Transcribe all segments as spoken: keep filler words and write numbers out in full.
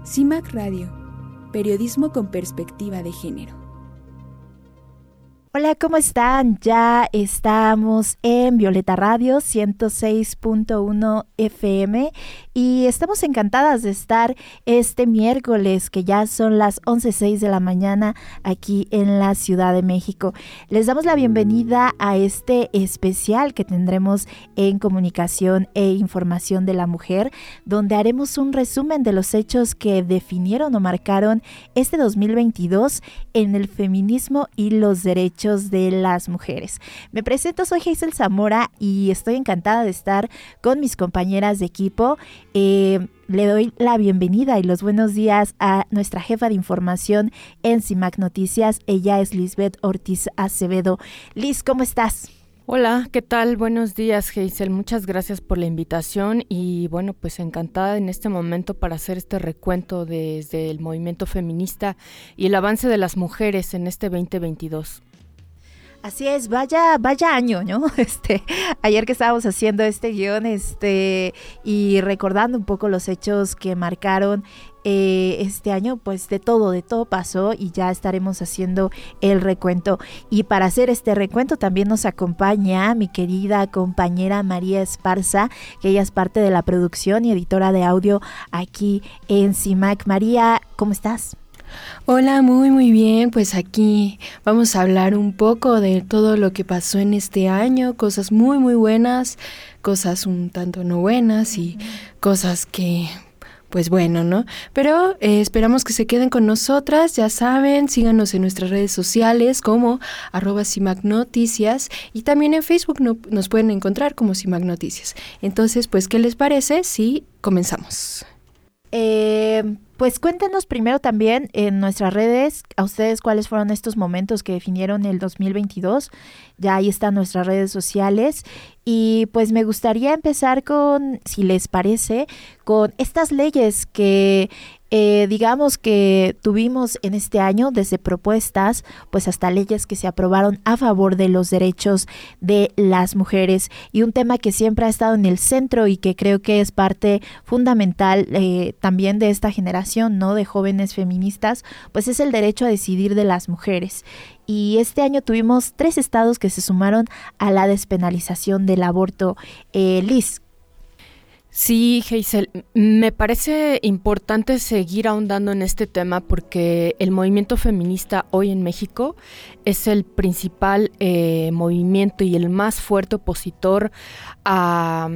CIMAC Radio, periodismo con perspectiva de género. Hola, ¿cómo están? Ya estamos en Violeta Radio ciento seis punto uno F M y estamos encantadas de estar este miércoles, que ya son las once seis de la mañana aquí en la Ciudad de México. Les damos la bienvenida a este especial que tendremos en Comunicación e Información de la Mujer, donde haremos un resumen de los hechos que definieron o marcaron este dos mil veintidós en el feminismo y los derechos de las mujeres. Me presento, soy Hazel Zamora y estoy encantada de estar con mis compañeras de equipo. Eh, le doy la bienvenida y los buenos días a nuestra jefa de información en CIMAC Noticias. Ella es Lisbeth Ortiz Acevedo. Liz, ¿cómo estás? Hola, ¿qué tal? Buenos días, Hazel. Muchas gracias por la invitación y bueno, pues encantada en este momento para hacer este recuento desde el movimiento feminista y el avance de las mujeres en este veinte veintidós. Así es, vaya, vaya año, ¿no? Este, ayer que estábamos haciendo este guión, este, y recordando un poco los hechos que marcaron eh, este año, pues de todo, de todo pasó y ya estaremos haciendo el recuento. Y para hacer este recuento también nos acompaña mi querida compañera María Esparza, que ella es parte de la producción y editora de audio aquí en CIMAC. María, ¿cómo estás? Hola, muy muy bien, pues aquí vamos a hablar un poco de todo lo que pasó en este año, cosas muy muy buenas, cosas un tanto no buenas y cosas que, pues bueno, ¿no? Pero eh, esperamos que se queden con nosotras, ya saben, síganos en nuestras redes sociales como arroba CIMAC Noticias y también en Facebook no, nos pueden encontrar como CIMAC Noticias. Entonces, pues, ¿qué les parece si comenzamos? Eh... Pues cuéntenos primero también en nuestras redes a ustedes cuáles fueron estos momentos que definieron el dos mil veintidós. Ya ahí están nuestras redes sociales y pues me gustaría empezar con, si les parece, con estas leyes que eh, digamos que tuvimos en este año, desde propuestas pues hasta leyes que se aprobaron a favor de los derechos de las mujeres, y un tema que siempre ha estado en el centro y que creo que es parte fundamental eh, también de esta generación, ¿no?, de jóvenes feministas, pues es el derecho a decidir de las mujeres. Y este año tuvimos tres estados que se sumaron a la despenalización del aborto. Eh, Liz. Sí, Hazel, me parece importante seguir ahondando en este tema porque el movimiento feminista hoy en México es el principal eh, movimiento y el más fuerte opositor a...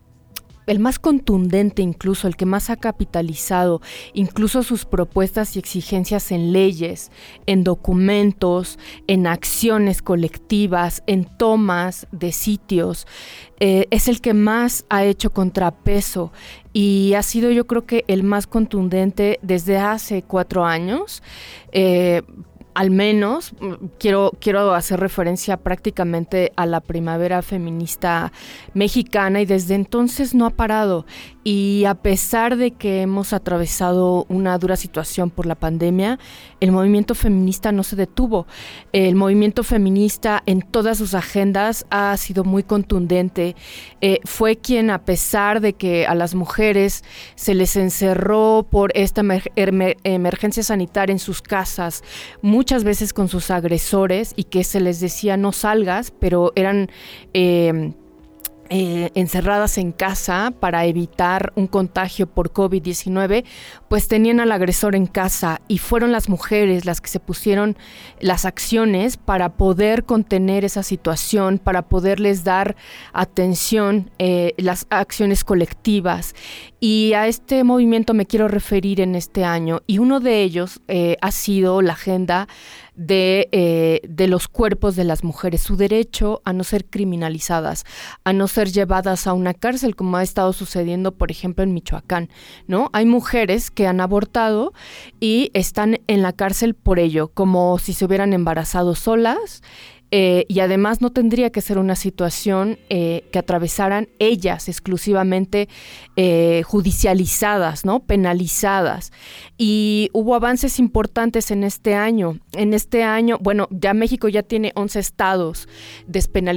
el más contundente, incluso el que más ha capitalizado incluso sus propuestas y exigencias en leyes, en documentos, en acciones colectivas, en tomas de sitios. Eh, es el que más ha hecho contrapeso y ha sido, yo creo que el más contundente desde hace cuatro años. Eh, Al menos, quiero, quiero hacer referencia prácticamente a la primavera feminista mexicana, y desde entonces no ha parado. Y a pesar de que hemos atravesado una dura situación por la pandemia, el movimiento feminista no se detuvo. El movimiento feminista en todas sus agendas ha sido muy contundente. Eh, fue quien, a pesar de que a las mujeres se les encerró por esta emer- emer- emergencia sanitaria en sus casas, muchas veces con sus agresores, y que se les decía no salgas, pero eran eh, eh, encerradas en casa para evitar un contagio por covid diecinueve, pues tenían al agresor en casa, y fueron las mujeres las que se pusieron las acciones para poder contener esa situación, para poderles dar atención, eh, las acciones colectivas. Y a este movimiento me quiero referir en este año, y uno de ellos eh, ha sido la agenda de, eh, de los cuerpos de las mujeres, su derecho a no ser criminalizadas, a no ser llevadas a una cárcel, como ha estado sucediendo, por ejemplo, en Michoacán, ¿no? Hay mujeres que han abortado y están en la cárcel por ello, como si se hubieran embarazado solas. Eh, y además no tendría que ser una situación eh, que atravesaran ellas exclusivamente eh, judicializadas, ¿no?, penalizadas. Y hubo avances importantes en este año. En este año, bueno, ya México ya tiene once estados despenalizando.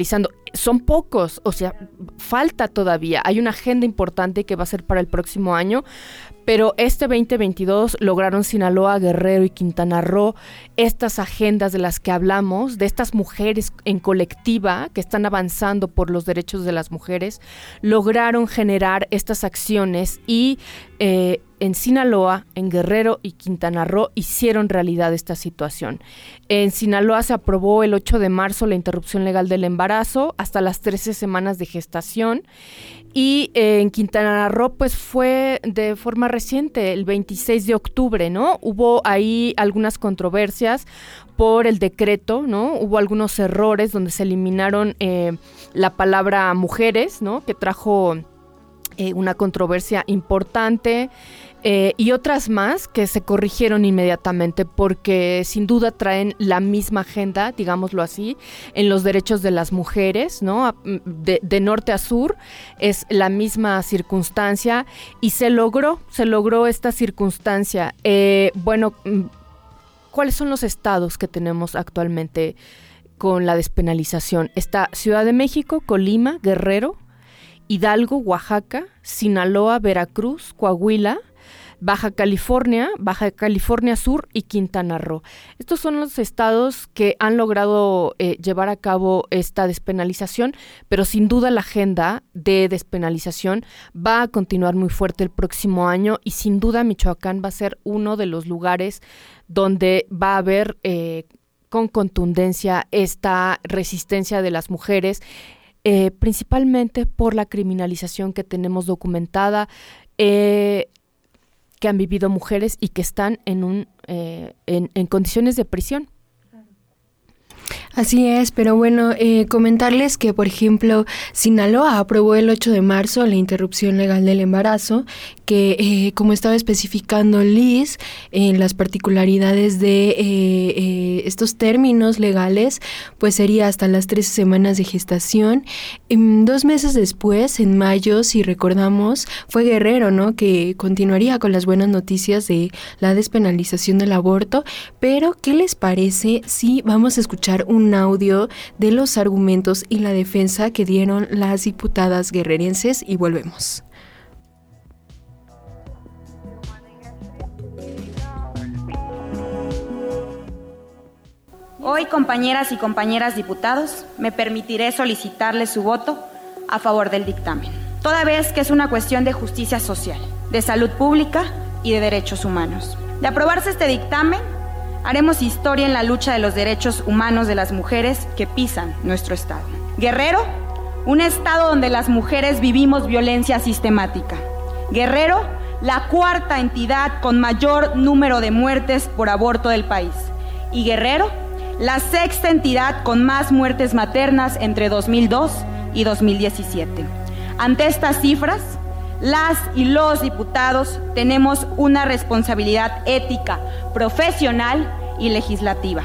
son pocos, o sea, falta todavía. Hay una agenda importante que va a ser para el próximo año, pero este veinte veintidós lograron Sinaloa, Guerrero y Quintana Roo estas agendas de las que hablamos, de estas mujeres en colectiva que están avanzando por los derechos de las mujeres, lograron generar estas acciones y eh, en Sinaloa, en Guerrero y Quintana Roo hicieron realidad esta situación. En Sinaloa se aprobó el ocho de marzo la interrupción legal del embarazo hasta las trece semanas de gestación y eh, en Quintana Roo pues fue de forma reciente, el veintiséis de octubre, ¿no? Hubo ahí algunas controversias por el decreto, ¿no? Hubo algunos errores donde se eliminaron eh, la palabra mujeres, ¿no? Que trajo eh, una controversia importante. Eh, y otras más que se corrigieron inmediatamente porque sin duda traen la misma agenda, digámoslo así, en los derechos de las mujeres, ¿no? De, de norte a sur es la misma circunstancia y se logró, se logró esta circunstancia. Eh, bueno, ¿cuáles son los estados que tenemos actualmente con la despenalización? Está Ciudad de México, Colima, Guerrero, Hidalgo, Oaxaca, Sinaloa, Veracruz, Coahuila, Baja California, Baja California Sur y Quintana Roo. Estos son los estados que han logrado eh, llevar a cabo esta despenalización, pero sin duda la agenda de despenalización va a continuar muy fuerte el próximo año y sin duda Michoacán va a ser uno de los lugares donde va a haber eh, con contundencia esta resistencia de las mujeres, eh, principalmente por la criminalización que tenemos documentada, eh, que han vivido mujeres y que están en un eh, en, en condiciones de prisión. Así es, pero bueno, eh, comentarles que, por ejemplo, Sinaloa aprobó el ocho de marzo la interrupción legal del embarazo, que eh, como estaba especificando Liz, en eh, las particularidades de eh, eh, estos términos legales, pues sería hasta las trece semanas de gestación. Eh, dos meses después, en mayo, si recordamos, fue Guerrero, ¿no?, que continuaría con las buenas noticias de la despenalización del aborto, pero ¿qué les parece si vamos a escuchar un audio de los argumentos y la defensa que dieron las diputadas guerrerenses y volvemos? Hoy, compañeras y compañeras diputados, me permitiré solicitarles su voto a favor del dictamen, toda vez que es una cuestión de justicia social, de salud pública y de derechos humanos. De aprobarse este dictamen, haremos historia en la lucha de los derechos humanos de las mujeres que pisan nuestro estado. Guerrero, un estado donde las mujeres vivimos violencia sistemática. Guerrero, la cuarta entidad con mayor número de muertes por aborto del país. Y Guerrero, la sexta entidad con más muertes maternas entre dos mil dos y dos mil diecisiete. Ante estas cifras, las y los diputados tenemos una responsabilidad ética, profesional y legislativa.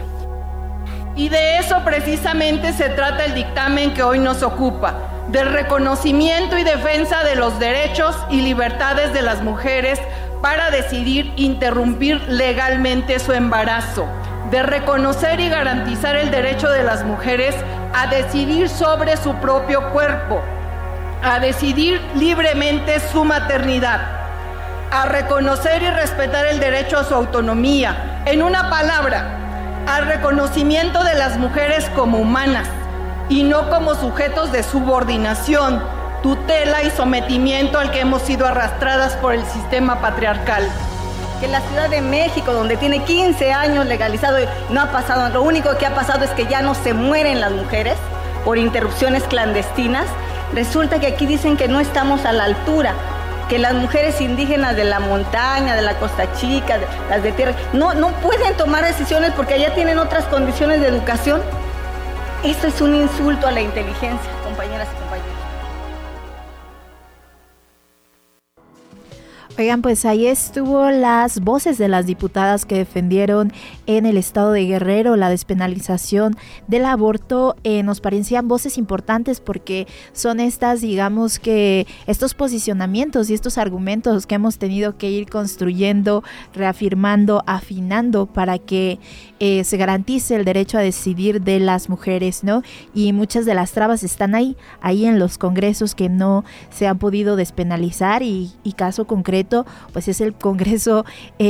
Y de eso precisamente se trata el dictamen que hoy nos ocupa, del reconocimiento y defensa de los derechos y libertades de las mujeres para decidir interrumpir legalmente su embarazo, de reconocer y garantizar el derecho de las mujeres a decidir sobre su propio cuerpo, a decidir libremente su maternidad, a reconocer y respetar el derecho a su autonomía. En una palabra, al reconocimiento de las mujeres como humanas y no como sujetos de subordinación, tutela y sometimiento al que hemos sido arrastradas por el sistema patriarcal. Que la Ciudad de México, donde tiene quince años legalizado, no ha pasado, lo único que ha pasado es que ya no se mueren las mujeres por interrupciones clandestinas. Resulta que aquí dicen que no estamos a la altura, que las mujeres indígenas de la montaña, de la Costa Chica, de, las de tierra, no, no pueden tomar decisiones porque allá tienen otras condiciones de educación. Esto es un insulto a la inteligencia, compañeras y compañeros. Oigan, pues ahí estuvo las voces de las diputadas que defendieron en el estado de Guerrero la despenalización del aborto. Eh, nos parecían voces importantes porque son estas, digamos que estos posicionamientos y estos argumentos que hemos tenido que ir construyendo, reafirmando, afinando para que eh, se garantice el derecho a decidir de las mujeres, ¿no? Y muchas de las trabas están ahí, ahí en los congresos que no se han podido despenalizar y, y caso concreto pues es el Congreso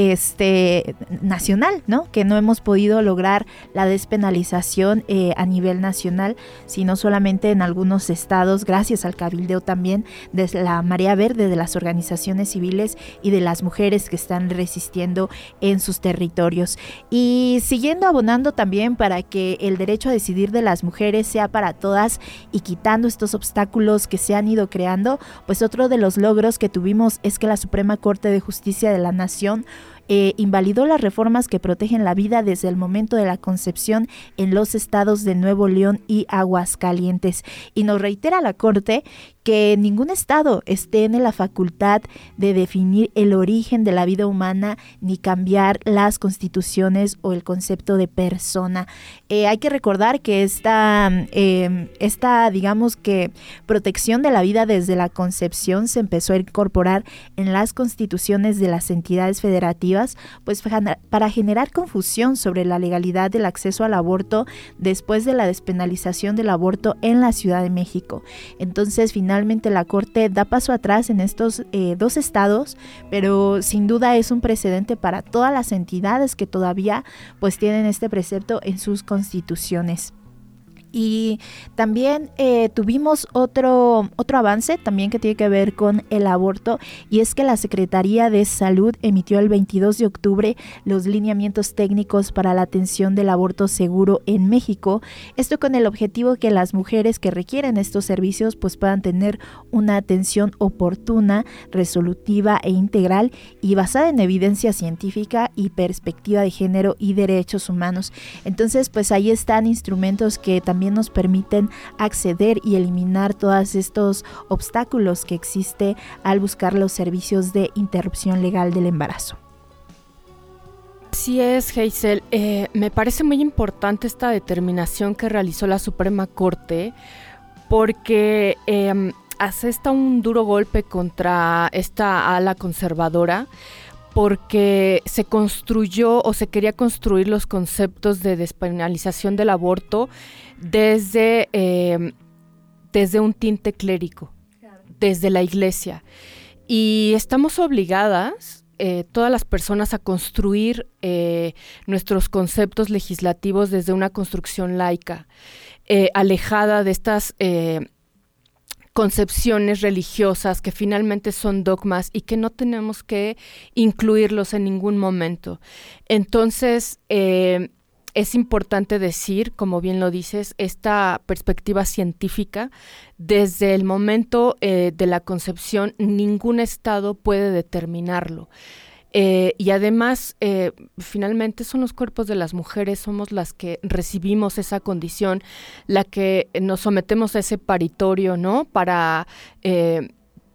este nacional, ¿no? Que no hemos podido lograr la despenalización eh, a nivel nacional, sino solamente en algunos estados, gracias al cabildeo también de la Marea Verde, de las organizaciones civiles y de las mujeres que están resistiendo en sus territorios. Y siguiendo abonando también para que el derecho a decidir de las mujeres sea para todas y quitando estos obstáculos que se han ido creando, pues otro de los logros que tuvimos es que la Suprema Corte de Justicia de la Nación Eh, invalidó las reformas que protegen la vida desde el momento de la concepción en los estados de Nuevo León y Aguascalientes. Y nos reitera la Corte que ningún estado tiene la facultad de definir el origen de la vida humana ni cambiar las constituciones o el concepto de persona. Eh, hay que recordar que esta, eh, esta, digamos que, protección de la vida desde la concepción se empezó a incorporar en las constituciones de las entidades federativas, pues para generar confusión sobre la legalidad del acceso al aborto después de la despenalización del aborto en la Ciudad de México. Entonces, finalmente la Corte da paso atrás en estos eh, dos estados, pero sin duda es un precedente para todas las entidades que todavía pues tienen este precepto en sus constituciones. Y también eh, tuvimos otro, otro avance también que tiene que ver con el aborto, y es que la Secretaría de Salud emitió el veintidós de octubre los lineamientos técnicos para la atención del aborto seguro en México. Esto con el objetivo que las mujeres que requieren estos servicios pues puedan tener una atención oportuna, resolutiva e integral y basada en evidencia científica y perspectiva de género y derechos humanos. Entonces pues ahí están instrumentos que también nos permiten acceder y eliminar todos estos obstáculos que existe al buscar los servicios de interrupción legal del embarazo. Así es, Hazel. Eh, me parece muy importante esta determinación que realizó la Suprema Corte porque eh, asesta un duro golpe contra esta ala conservadora, porque se construyó o se quería construir los conceptos de despenalización del aborto desde, eh, desde un tinte clérigo, desde la iglesia. Y estamos obligadas, eh, todas las personas, a construir eh, nuestros conceptos legislativos desde una construcción laica, eh, alejada de estas Eh, concepciones religiosas que finalmente son dogmas y que no tenemos que incluirlos en ningún momento. Entonces, eh, es importante decir, como bien lo dices, esta perspectiva científica. Desde el momento eh, de la concepción, ningún estado puede determinarlo. Eh, y además, eh, finalmente son los cuerpos de las mujeres, somos las que recibimos esa condición, la que nos sometemos a ese paritorio, ¿no? Para, eh,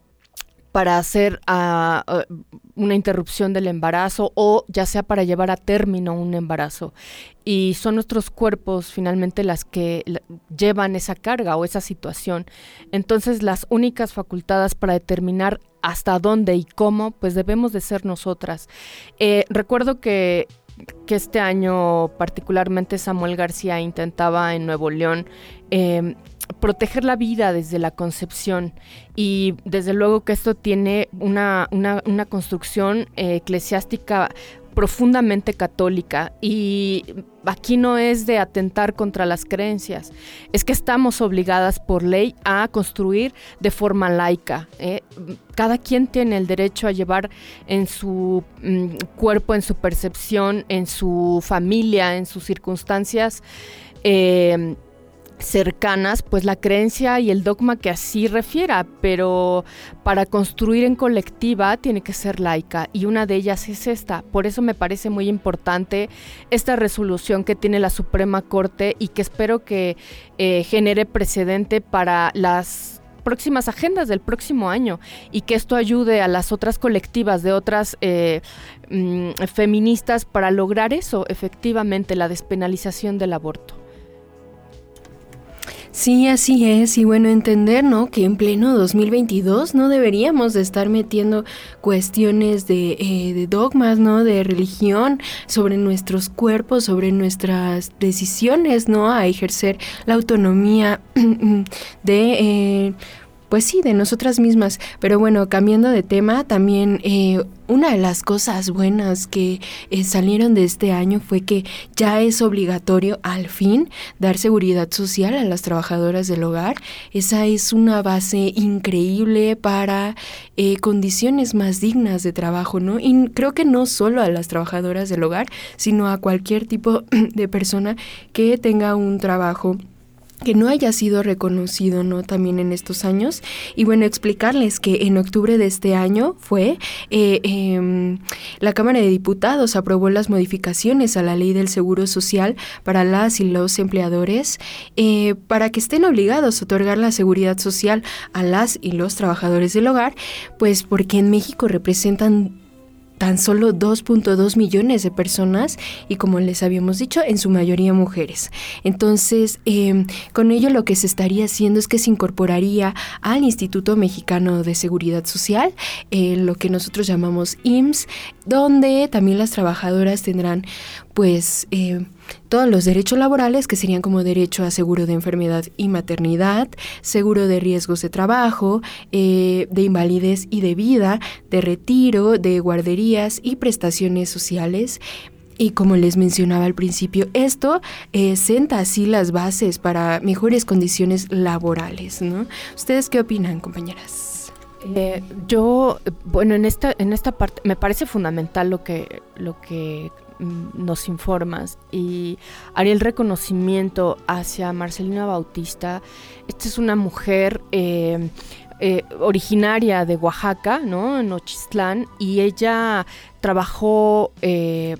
para hacer uh, uh, una interrupción del embarazo o ya sea para llevar a término un embarazo. Y son nuestros cuerpos finalmente las que la, llevan esa carga o esa situación. Entonces, las únicas facultadas para determinar hasta dónde y cómo, pues debemos de ser nosotras. Eh, recuerdo que, que este año particularmente Samuel García intentaba en Nuevo León eh, proteger la vida desde la concepción, y desde luego que esto tiene una, una, una construcción eh, eclesiástica profundamente católica, y aquí no es de atentar contra las creencias, es que estamos obligadas por ley a construir de forma laica. ¿eh? Cada quien tiene el derecho a llevar en su mm, cuerpo, en su percepción, en su familia, en sus circunstancias eh, cercanas, pues la creencia y el dogma que así refiera, pero para construir en colectiva tiene que ser laica, y una de ellas es esta. Por eso me parece muy importante esta resolución que tiene la Suprema Corte y que espero que eh, genere precedente para las próximas agendas del próximo año y que esto ayude a las otras colectivas de otras eh, mm, feministas para lograr eso, efectivamente, la despenalización del aborto. Sí, así es, y bueno, entender, ¿no?, que en pleno dos mil veintidós no deberíamos de estar metiendo cuestiones de, eh, de dogmas, ¿no?, de religión sobre nuestros cuerpos, sobre nuestras decisiones, ¿no?, a ejercer la autonomía de... Eh, Pues sí, de nosotras mismas. Pero bueno, cambiando de tema, también eh, una de las cosas buenas que eh, salieron de este año fue que ya es obligatorio, al fin, dar seguridad social a las trabajadoras del hogar. Esa es una base increíble para eh, condiciones más dignas de trabajo, ¿no? Y creo que no solo a las trabajadoras del hogar, sino a cualquier tipo de persona que tenga un trabajo que no haya sido reconocido, ¿no?, también en estos años. Y bueno, explicarles que en octubre de este año fue eh, eh, la Cámara de Diputados aprobó las modificaciones a la Ley del Seguro Social para las y los empleadores eh, para que estén obligados a otorgar la seguridad social a las y los trabajadores del hogar, pues porque en México representan tan solo dos punto dos millones de personas y, como les habíamos dicho, en su mayoría mujeres. Entonces, eh, con ello lo que se estaría haciendo es que se incorporaría al Instituto Mexicano de Seguridad Social, eh, lo que nosotros llamamos I M S S, donde también las trabajadoras tendrán pues eh, todos los derechos laborales, que serían como derecho a seguro de enfermedad y maternidad, seguro de riesgos de trabajo, eh, de invalidez y de vida, de retiro, de guarderías y prestaciones sociales. Y como les mencionaba al principio, esto eh, senta así las bases para mejores condiciones laborales, ¿no? ¿Ustedes qué opinan, compañeras? Eh, yo, bueno, en esta en esta parte me parece fundamental lo que lo que nos informas y haría el reconocimiento hacia Marcelina Bautista. Esta es una mujer eh, eh, originaria de Oaxaca, ¿no?, en Nochistlán, y ella trabajó eh,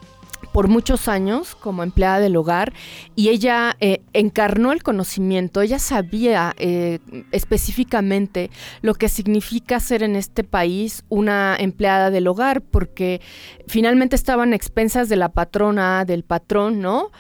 por muchos años como empleada del hogar, y ella eh, encarnó el conocimiento. Ella sabía eh, específicamente lo que significa ser en este país una empleada del hogar, porque finalmente estaban a expensas de la patrona, del patrón, ¿no?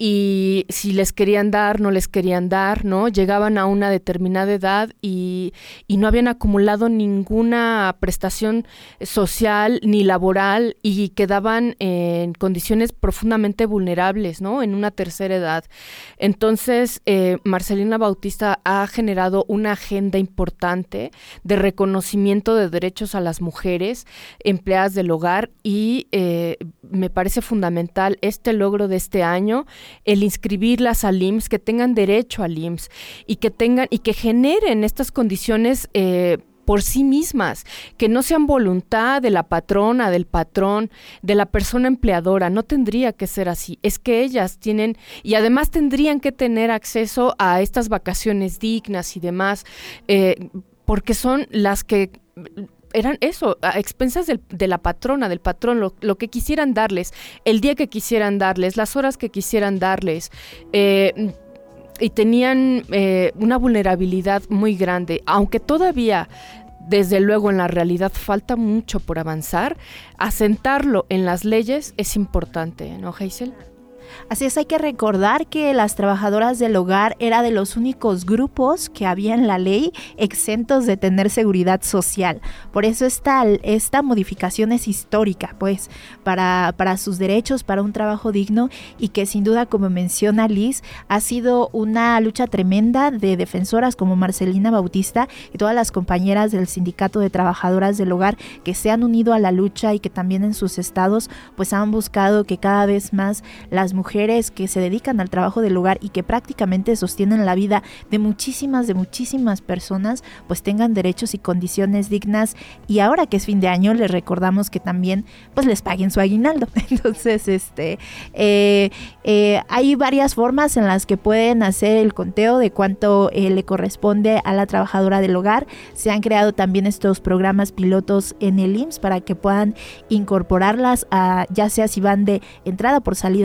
Y si les querían dar, no les querían dar, ¿no? Llegaban a una determinada edad y, y no habían acumulado ninguna prestación social ni laboral y quedaban en condiciones profundamente vulnerables, ¿no?, en una tercera edad. Entonces, eh, Marcelina Bautista ha generado una agenda importante de reconocimiento de derechos a las mujeres empleadas del hogar y eh, me parece fundamental este logro de este año, el inscribirlas al I M S S, que tengan derecho al I M S S y que tengan y que generen estas condiciones eh, por sí mismas, que no sean voluntad de la patrona, del patrón, de la persona empleadora. No tendría que ser así. Es que ellas tienen, y además tendrían que tener acceso a estas vacaciones dignas y demás, eh, porque son las que eran eso, a expensas del, de la patrona, del patrón, lo, lo que quisieran darles, el día que quisieran darles, las horas que quisieran darles, eh, y tenían eh, una vulnerabilidad muy grande, aunque todavía, desde luego, en la realidad falta mucho por avanzar. Asentarlo en las leyes es importante, ¿no, Hazel? Así es, hay que recordar que las trabajadoras del hogar era de los únicos grupos que había en la ley exentos de tener seguridad social. Por eso esta, esta modificación es histórica, pues, para, para sus derechos, para un trabajo digno, y que sin duda, como menciona Liz, ha sido una lucha tremenda de defensoras como Marcelina Bautista y todas las compañeras del Sindicato de Trabajadoras del Hogar que se han unido a la lucha y que también en sus estados pues han buscado que cada vez más las mujeres que se dedican al trabajo del hogar y que prácticamente sostienen la vida de muchísimas, de muchísimas personas, pues tengan derechos y condiciones dignas. Y ahora que es fin de año, les recordamos que también pues les paguen su aguinaldo. Entonces, este eh, eh, hay varias formas en las que pueden hacer el conteo de cuánto eh, le corresponde a la trabajadora del hogar. Se han creado también estos programas pilotos en el I M S S para que puedan incorporarlas, a, ya sea si van de entrada por salida a su casa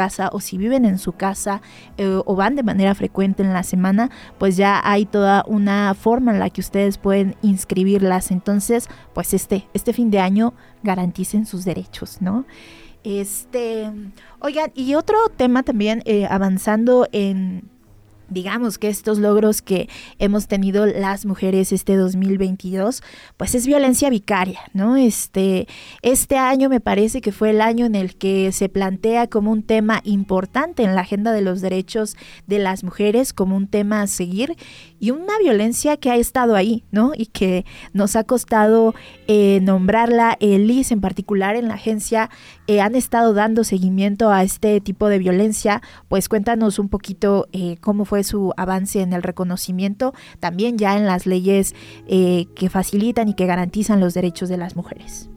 casa o si viven en su casa eh, o van de manera frecuente en la semana, pues ya hay toda una forma en la que ustedes pueden inscribirlas. Entonces, pues este, este fin de año garanticen sus derechos, ¿no? Este, oigan, y otro tema también, eh, avanzando en, digamos que estos logros que hemos tenido las mujeres este dos mil veintidós, pues es violencia vicaria, ¿no? Este, este año me parece que fue el año en el que se plantea como un tema importante en la agenda de los derechos de las mujeres, como un tema a seguir, y una violencia que ha estado ahí, ¿no? Y que nos ha costado eh, nombrarla. El I S en particular, en la agencia, eh, han estado dando seguimiento a este tipo de violencia. Pues cuéntanos un poquito eh, cómo fue su avance en el reconocimiento, también ya en las leyes eh, que facilitan y que garantizan los derechos de las mujeres.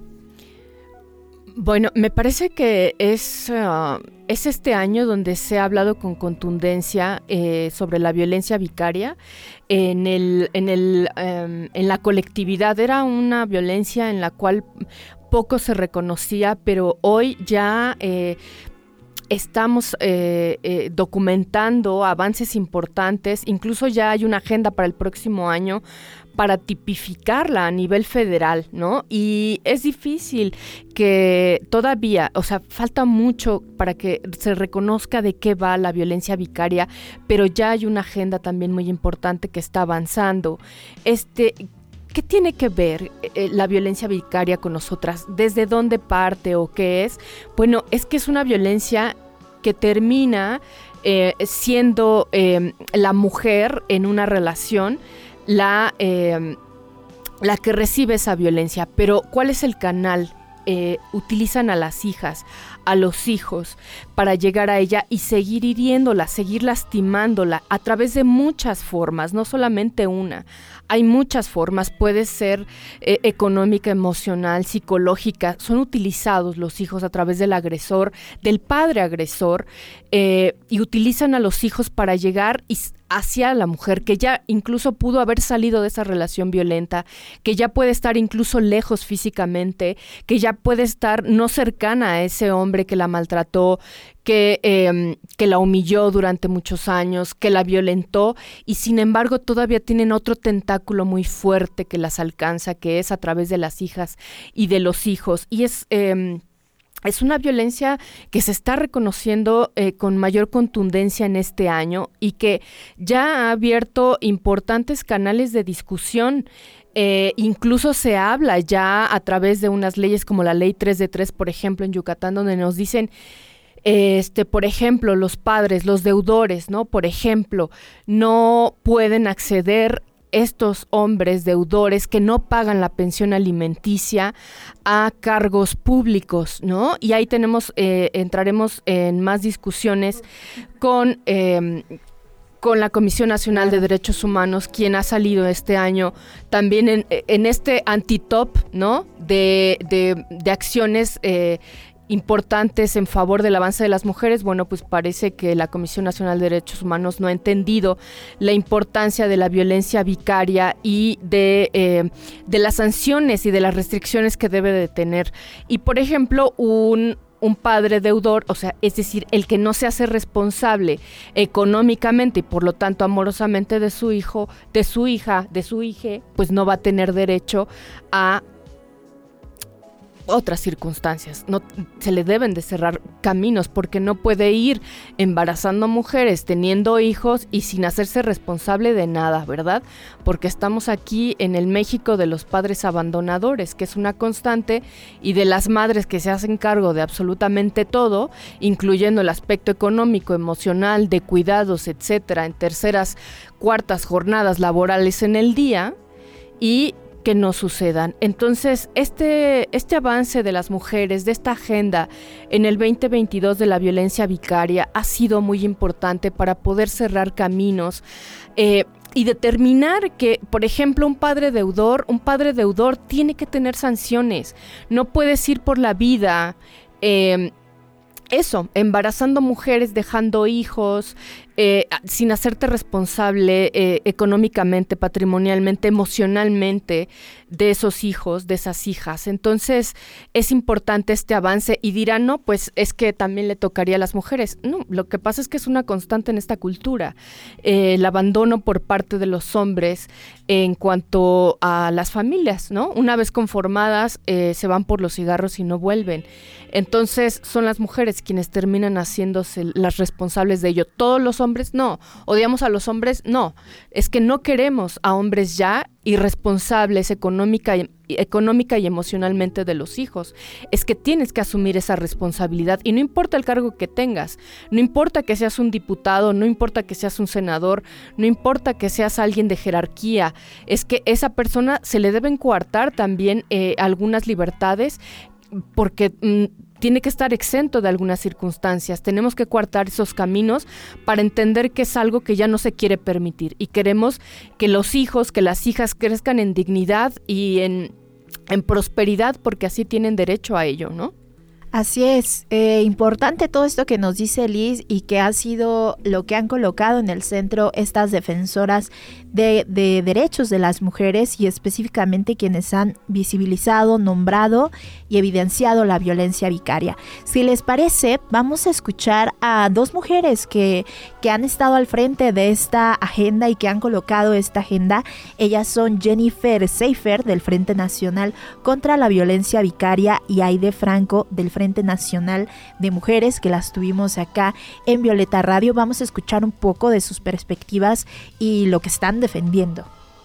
Bueno, me parece que es, uh, es este año donde se ha hablado con contundencia eh, sobre la violencia vicaria en, el, en, el, um, en la colectividad. Era una violencia en la cual poco se reconocía, pero hoy ya eh, estamos eh, eh, documentando avances importantes. Incluso ya hay una agenda para el próximo año para tipificarla a nivel federal, ¿no? Y es difícil que todavía, o sea, falta mucho para que se reconozca de qué va la violencia vicaria, pero ya hay una agenda también muy importante que está avanzando. Este, ¿qué tiene que ver eh, la violencia vicaria con nosotras? ¿Desde dónde parte o qué es? Bueno, es que es una violencia que termina eh, siendo eh, la mujer en una relación la, eh, la que recibe esa violencia. Pero ¿cuál es el canal? Eh, utilizan a las hijas, a los hijos, para llegar a ella y seguir hiriéndola, seguir lastimándola a través de muchas formas, no solamente una. Hay muchas formas, puede ser eh, económica, emocional, psicológica. Son utilizados los hijos a través del agresor, del padre agresor, eh, y utilizan a los hijos para llegar y hacia la mujer, que ya incluso pudo haber salido de esa relación violenta, que ya puede estar incluso lejos físicamente, que ya puede estar no cercana a ese hombre que la maltrató, que, eh, que la humilló durante muchos años, que la violentó, y sin embargo todavía tienen otro tentáculo muy fuerte que las alcanza, que es a través de las hijas y de los hijos. Y es... Eh, Es una violencia que se está reconociendo eh, con mayor contundencia en este año y que ya ha abierto importantes canales de discusión. Eh, incluso se habla ya a través de unas leyes como la ley tres de tres, por ejemplo, en Yucatán, donde nos dicen, este, por ejemplo, los padres, los deudores, ¿no? Por ejemplo, no pueden acceder estos hombres deudores que no pagan la pensión alimenticia a cargos públicos, ¿no? Y ahí tenemos, eh, entraremos en más discusiones con, eh, con la Comisión Nacional de Derechos Humanos, quien ha salido este año también en, en este antitop, ¿no? De, de, de acciones eh, importantes en favor del avance de las mujeres. Bueno, pues parece que la Comisión Nacional de Derechos Humanos no ha entendido la importancia de la violencia vicaria y de, eh, de las sanciones y de las restricciones que debe de tener. Y, por ejemplo, un... un padre deudor, o sea, es decir, el que no se hace responsable económicamente y por lo tanto amorosamente de su hijo, de su hija, de su hija, pues no va a tener derecho a otras circunstancias. No se le deben de cerrar caminos, porque no puede ir embarazando mujeres, teniendo hijos y sin hacerse responsable de nada, ¿verdad? Porque estamos aquí en el México de los padres abandonadores, que es una constante, y de las madres que se hacen cargo de absolutamente todo, incluyendo el aspecto económico, emocional, de cuidados, etcétera, en terceras, cuartas jornadas laborales en el día, y que no sucedan. Entonces, este, este avance de las mujeres, de esta agenda en el veinte veintidós de la violencia vicaria, ha sido muy importante para poder cerrar caminos eh, y determinar que, por ejemplo, un padre deudor, un padre deudor tiene que tener sanciones. No puedes ir por la vida eh, eso, embarazando mujeres, dejando hijos, eh, sin hacerte responsable eh, económicamente, patrimonialmente, emocionalmente de esos hijos, de esas hijas. Entonces es importante este avance y dirán, no, pues es que también le tocaría a las mujeres. No, lo que pasa es que es una constante en esta cultura, eh, el abandono por parte de los hombres en cuanto a las familias, ¿no? Una vez conformadas, eh, se van por los cigarros y no vuelven. Entonces son las mujeres quienes terminan haciéndose las responsables de ello. Todos los hombres, no. Odiamos a los hombres, no. Es que no queremos a hombres ya irresponsables económica y, económica y emocionalmente de los hijos. Es que tienes que asumir esa responsabilidad y no importa el cargo que tengas, no importa que seas un diputado, no importa que seas un senador, no importa que seas alguien de jerarquía, es que esa persona se le deben coartar también eh, algunas libertades porque mm, tiene que estar exento de algunas circunstancias. Tenemos que coartar esos caminos para entender que es algo que ya no se quiere permitir y queremos que los hijos, que las hijas crezcan en dignidad y en, en prosperidad porque así tienen derecho a ello, ¿no? Así es, eh, importante todo esto que nos dice Liz y que ha sido lo que han colocado en el centro estas defensoras de, de derechos de las mujeres y específicamente quienes han visibilizado, nombrado y evidenciado la violencia vicaria. Si les parece, vamos a escuchar a dos mujeres que, que han estado al frente de esta agenda y que han colocado esta agenda. Ellas son Jennifer Seifer del Frente Nacional contra la Violencia Vicaria y Aide Franco del Frente Frente Nacional de Mujeres, que las tuvimos acá en Violeta Radio. Vamos a escuchar un poco de sus perspectivas y lo que están defendiendo.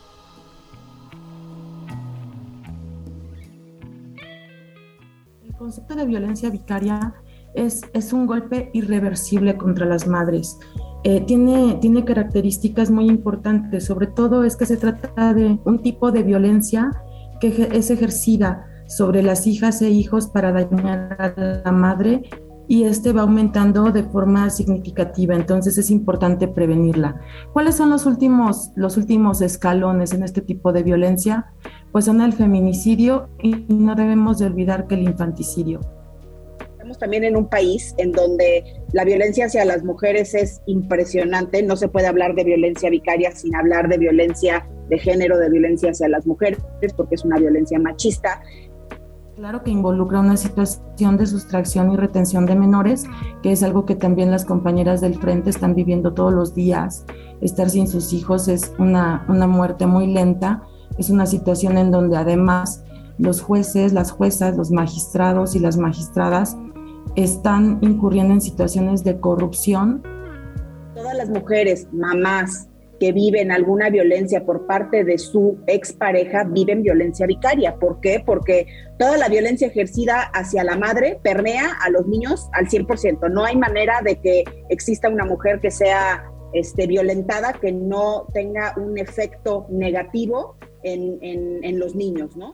El concepto de violencia vicaria es, es un golpe irreversible contra las madres. Eh, tiene, tiene características muy importantes, sobre todo es que se trata de un tipo de violencia que es ejercida sobre las hijas e hijos para dañar a la madre y este va aumentando de forma significativa, entonces es importante prevenirla. ¿Cuáles son los últimos, los últimos escalones en este tipo de violencia? Pues son el feminicidio y no debemos de olvidar que el infanticidio. Estamos también en un país en donde la violencia hacia las mujeres es impresionante, no se puede hablar de violencia vicaria sin hablar de violencia de género, de violencia hacia las mujeres, porque es una violencia machista. Claro que involucra una situación de sustracción y retención de menores, que es algo que también las compañeras del frente están viviendo todos los días. Estar sin sus hijos es una, una muerte muy lenta, es una situación en donde además los jueces, las juezas, los magistrados y las magistradas están incurriendo en situaciones de corrupción. Todas las mujeres, mamás, que viven alguna violencia por parte de su expareja, viven violencia vicaria. ¿Por qué? Porque toda la violencia ejercida hacia la madre permea a los niños al cien por ciento. No hay manera de que exista una mujer que sea este, violentada que no tenga un efecto negativo en, en, en los niños, ¿no?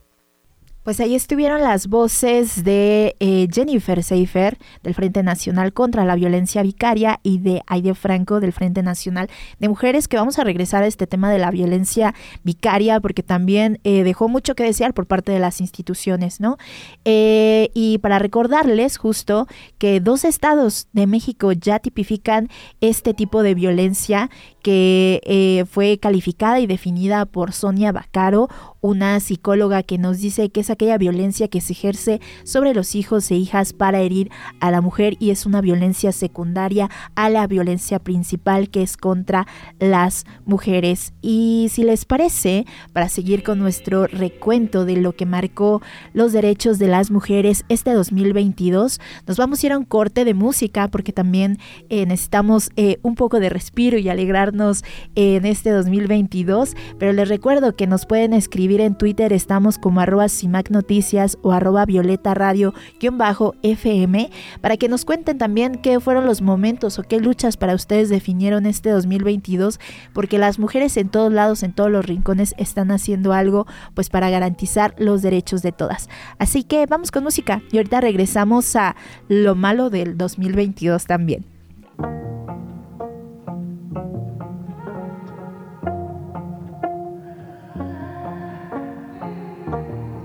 Pues ahí estuvieron las voces de eh, Jennifer Seifer del Frente Nacional contra la Violencia Vicaria y de Aide Franco del Frente Nacional de Mujeres, que vamos a regresar a este tema de la violencia vicaria porque también eh, dejó mucho que desear por parte de las instituciones, ¿no? Eh, y para recordarles justo que dos estados de México ya tipifican este tipo de violencia que eh, fue calificada y definida por Sonia Vaccaro, una psicóloga que nos dice que es aquella violencia que se ejerce sobre los hijos e hijas para herir a la mujer y es una violencia secundaria a la violencia principal que es contra las mujeres. Y si les parece, para seguir con nuestro recuento de lo que marcó los derechos de las mujeres este dos mil veintidós, nos vamos a ir a un corte de música porque también eh, necesitamos eh, un poco de respiro y alegrarnos eh, en este dos mil veintidós, pero les recuerdo que nos pueden escribir en Twitter, estamos como arroba Cimac Noticias o arroba Violeta Radio guión bajo F M, para que nos cuenten también qué fueron los momentos o qué luchas para ustedes definieron este dos mil veintidós, porque las mujeres en todos lados, en todos los rincones están haciendo algo pues para garantizar los derechos de todas. Así que vamos con música y ahorita regresamos a lo malo del dos mil veintidós también.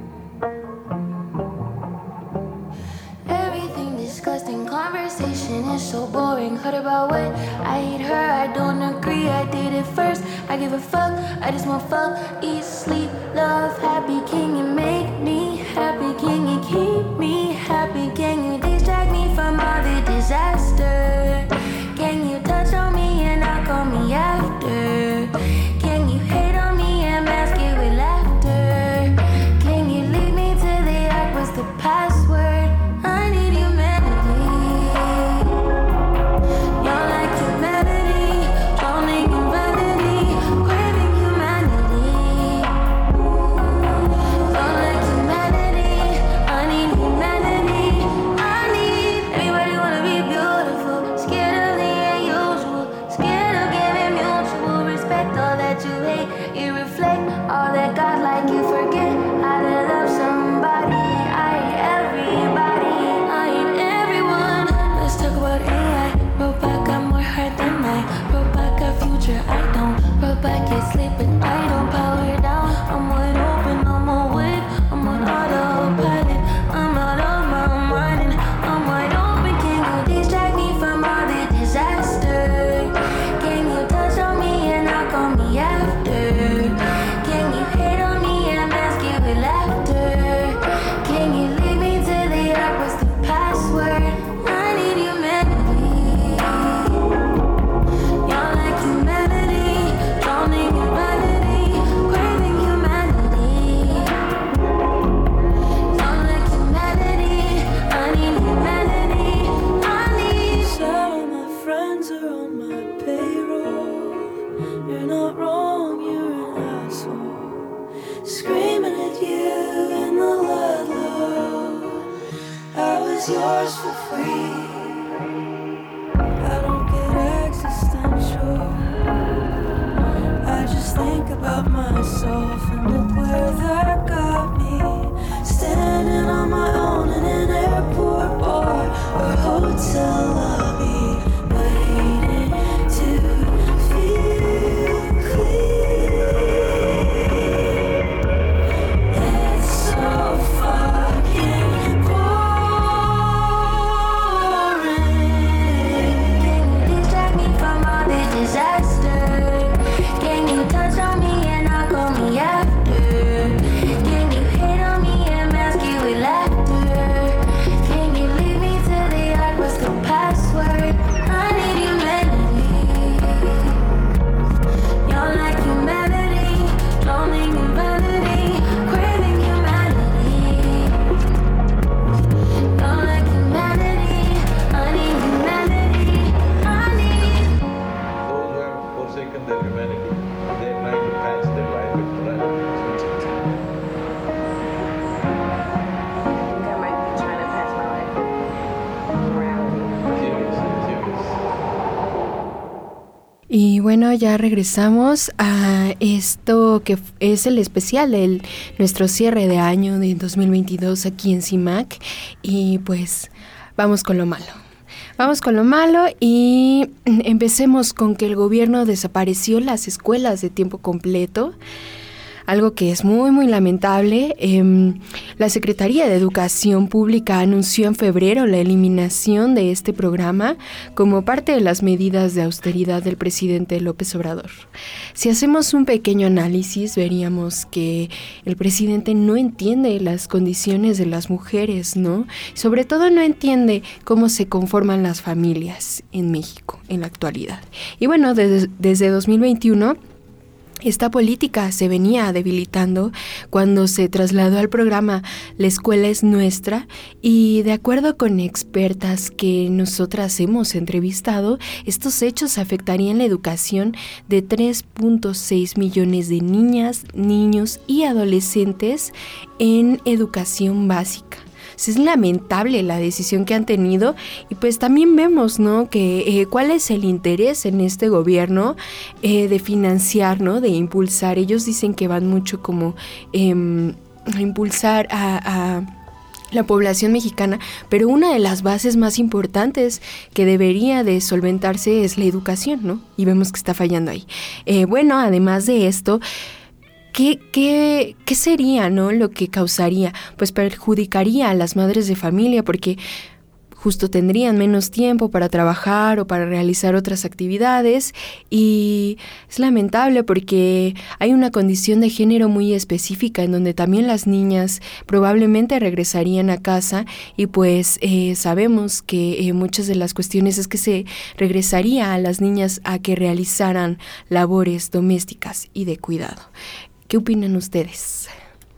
Conversation is so boring. Heard about what? I hate her, I don't agree. I did it first, I give a fuck. I just want fuck, eat, sleep, love, happy. Can you make me happy? Can you keep me happy? Can you distract me from all the disaster? Can you touch on me and not call me after? Can you hate on me and mask it with laughter? Can you lead me to the act? What's the password? I need humanity. You're like humanity, drowning in vanity, craving humanity. You're like humanity, I need humanity. I need everybody wanna be beautiful, scared of the unusual, scared of giving mutual respect. All that you hate, you reflect. All that God like, you forget how to love somebody. I hate everybody, I hate everyone. Let's talk about A I. Robot got more heart than mine. Robot got future, I don't. Robot can't sleep at night, don't power down. I'm wide open, I'm on whip, I'm on autopilot. I'm out of my mind and I'm wide open. Can you distract me from all the disaster? Can you touch on me and not call me after? Can you hate on me and mask it with laughter? Can you lead me to the act? What's the password? I need humanity. You're like humanity, drowning in vanity, craving humanity. You're like humanity, I need humanity. I need. Some of my friends are on my payroll. You're not wrong, you're an asshole. Screaming at you in the loud low. I was yours for free. I don't get existential. I just think about myself and look where that got me. Standing on my own in an airport bar or hotel lobby, waiting to feel clear. It's so fucking boring. Can you distract me from all the disaster? Can you touch on me and not call me after? Can you hate on me and mask it with laughter? Can you lead me to the act? What's the password? I need humanity. You're like humanity, drowning in vanity, craving humanity. You're like humanity, I need humanity. I need. Those who have forsaken their humanity, they're trying to patch their life with morality. I think I might be trying to patch my life with morality. Serious, serious. Y bueno, ya regresamos a esto que f- es el especial de nuestro cierre de año de dos mil veintidós aquí en C I M A C. Y pues vamos con lo malo. Vamos con lo malo y empecemos con que el gobierno desapareció las escuelas de tiempo completo. Algo que es muy, muy lamentable. Eh, la Secretaría de Educación Pública anunció en febrero la eliminación de este programa como parte de las medidas de austeridad del presidente López Obrador. Si hacemos un pequeño análisis, veríamos que el presidente no entiende las condiciones de las mujeres, ¿no? Sobre todo no entiende cómo se conforman las familias en México en la actualidad. Y bueno, desde, desde dos mil veintiuno... esta política se venía debilitando cuando se trasladó al programa La Escuela es Nuestra y de acuerdo con expertas que nosotras hemos entrevistado, estos hechos afectarían la educación de tres punto seis millones de niñas, niños y adolescentes en educación básica. Es lamentable la decisión que han tenido y pues también vemos, ¿no? Que eh, cuál es el interés en este gobierno eh, de financiar, ¿no? De impulsar. Ellos dicen que van mucho como eh, a impulsar a, a la población mexicana, pero una de las bases más importantes que debería de solventarse es la educación, ¿no? Y vemos que está fallando ahí. Eh, bueno, además de esto, ¿Qué, qué, ¿Qué sería, no? Lo que causaría? Pues perjudicaría a las madres de familia porque justo tendrían menos tiempo para trabajar o para realizar otras actividades, y es lamentable porque hay una condición de género muy específica en donde también las niñas probablemente regresarían a casa, y pues eh, sabemos que eh, muchas de las cuestiones es que se regresaría a las niñas a que realizaran labores domésticas y de cuidado. ¿Qué opinan ustedes?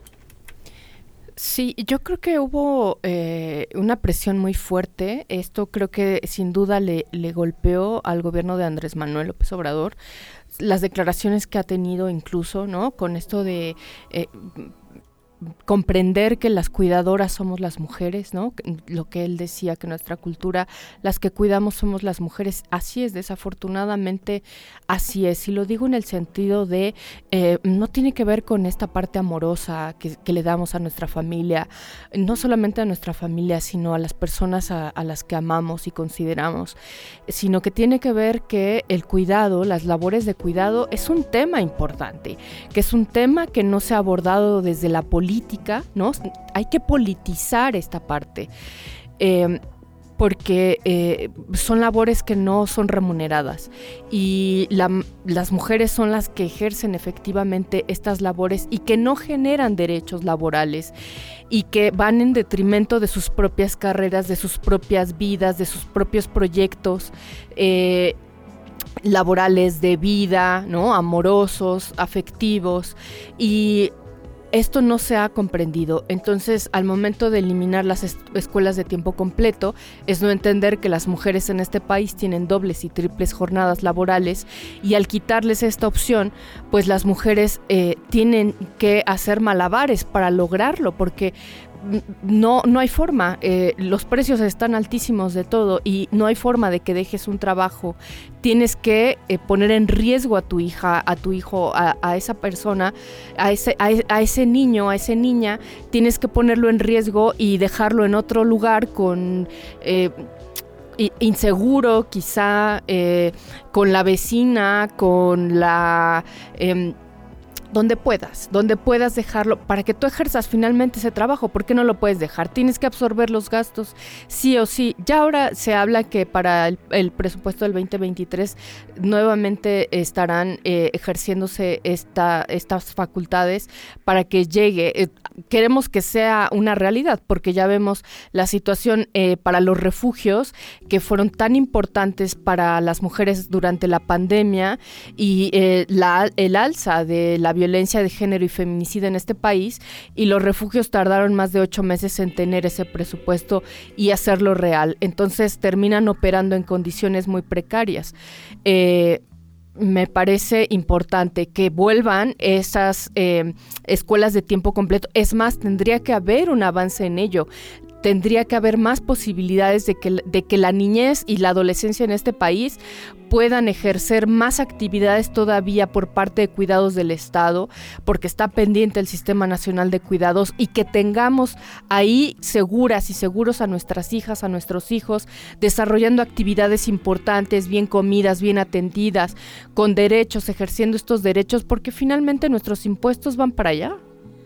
Sí, yo creo que hubo eh, una presión muy fuerte. Esto creo que sin duda le, le golpeó al gobierno de Andrés Manuel López Obrador. Las declaraciones que ha tenido incluso, ¿no? Con esto de eh, comprender que las cuidadoras somos las mujeres, ¿no? Lo que él decía, que nuestra cultura, las que cuidamos somos las mujeres. Así es, desafortunadamente así es. Y lo digo en el sentido de, eh, no tiene que ver con esta parte amorosa que, que le damos a nuestra familia, no solamente a nuestra familia, sino a las personas a, a las que amamos y consideramos, sino que tiene que ver que el cuidado, las labores de cuidado es un tema importante, que es un tema que no se ha abordado desde la política, política, ¿no? Hay que politizar esta parte, eh, porque eh, son labores que no son remuneradas, y la, las mujeres son las que ejercen efectivamente estas labores y que no generan derechos laborales y que van en detrimento de sus propias carreras, de sus propias vidas, de sus propios proyectos eh, laborales, de vida, ¿no? Amorosos, afectivos, y esto no se ha comprendido. Entonces, al momento de eliminar las es- escuelas de tiempo completo, es no entender que las mujeres en este país tienen dobles y triples jornadas laborales, y al quitarles esta opción, pues las mujeres eh, tienen que hacer malabares para lograrlo, porque no, no hay forma, eh, los precios están altísimos de todo y no hay forma de que dejes un trabajo. Tienes que eh, poner en riesgo a tu hija, a tu hijo, a, a esa persona, a ese, a, a ese niño, a esa niña, tienes que ponerlo en riesgo y dejarlo en otro lugar con... Eh, inseguro quizá, eh, con la vecina, con la... Eh, donde puedas, donde puedas dejarlo para que tú ejerzas finalmente ese trabajo. ¿Por qué no lo puedes dejar? Tienes que absorber los gastos sí o sí. Ya ahora se habla que para el, el presupuesto del veinte veintitrés nuevamente estarán eh, ejerciéndose esta, estas facultades para que llegue. Eh, queremos que sea una realidad, porque ya vemos la situación eh, para los refugios, que fueron tan importantes para las mujeres durante la pandemia, y eh, la, el alza de la violencia de género y feminicida en este país, y los refugios tardaron más de ocho meses en tener ese presupuesto y hacerlo real. Entonces terminan operando en condiciones muy precarias. Eh, me parece importante que vuelvan esas eh, escuelas de tiempo completo. Es más, tendría que haber un avance en ello. Tendría que haber más posibilidades de que, de que la niñez y la adolescencia en este país puedan ejercer más actividades todavía por parte de cuidados del Estado, porque está pendiente el Sistema Nacional de Cuidados, y que tengamos ahí seguras y seguros a nuestras hijas, a nuestros hijos, desarrollando actividades importantes, bien comidas, bien atendidas, con derechos, ejerciendo estos derechos, porque finalmente nuestros impuestos van para allá.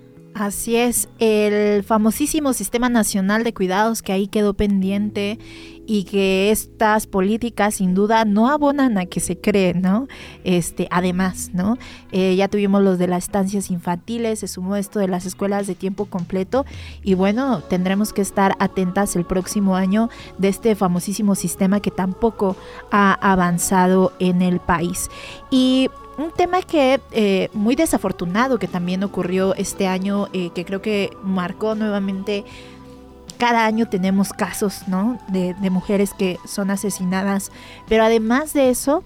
Así es, el famosísimo Sistema Nacional de Cuidados, que ahí quedó pendiente, y que estas políticas sin duda no abonan a que se creen, ¿no? Este, además, ¿no? Eh, ya tuvimos los de las estancias infantiles, se sumó esto de las escuelas de tiempo completo, y bueno, tendremos que estar atentas el próximo año de este famosísimo sistema que tampoco ha avanzado en el país. Y un tema que eh, muy desafortunado que también ocurrió este año, eh, que creo que marcó nuevamente. Cada año tenemos casos, ¿no? de, de mujeres que son asesinadas, pero además de eso,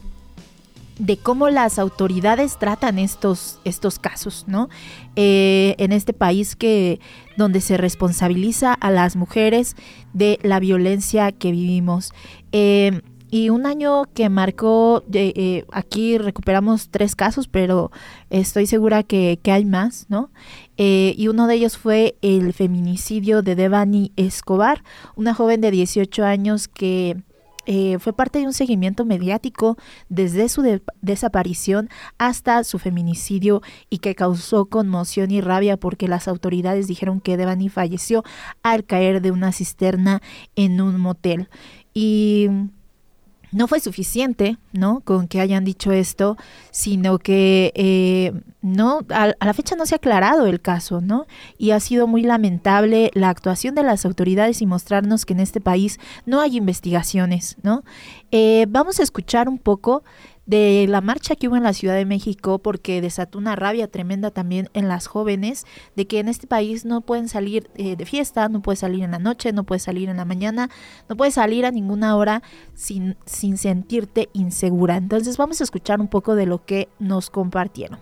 de cómo las autoridades tratan estos, estos casos, ¿no? Eh, en este país que donde se responsabiliza a las mujeres de la violencia que vivimos. Eh, Y un año que marcó, eh, eh, aquí recuperamos tres casos, pero estoy segura que, que hay más, ¿no? Eh, y uno de ellos fue el feminicidio de Devani Escobar, una joven de dieciocho años que eh, fue parte de un seguimiento mediático desde su de- desaparición hasta su feminicidio y que causó conmoción y rabia porque las autoridades dijeron que Devani falleció al caer de una cisterna en un motel. Y no fue suficiente, ¿no?, con que hayan dicho esto, sino que eh, no a, a la fecha no se ha aclarado el caso, ¿no? Y ha sido muy lamentable la actuación de las autoridades y mostrarnos que en este país no hay investigaciones, ¿no? Eh, vamos a escuchar un poco de la marcha que hubo en la Ciudad de México, porque desató una rabia tremenda también en las jóvenes de que en este país no pueden salir eh, de fiesta, no puedes salir en la noche, no puedes salir en la mañana, no puedes salir a ninguna hora sin, sin sentirte insegura. Entonces vamos a escuchar un poco de lo que nos compartieron.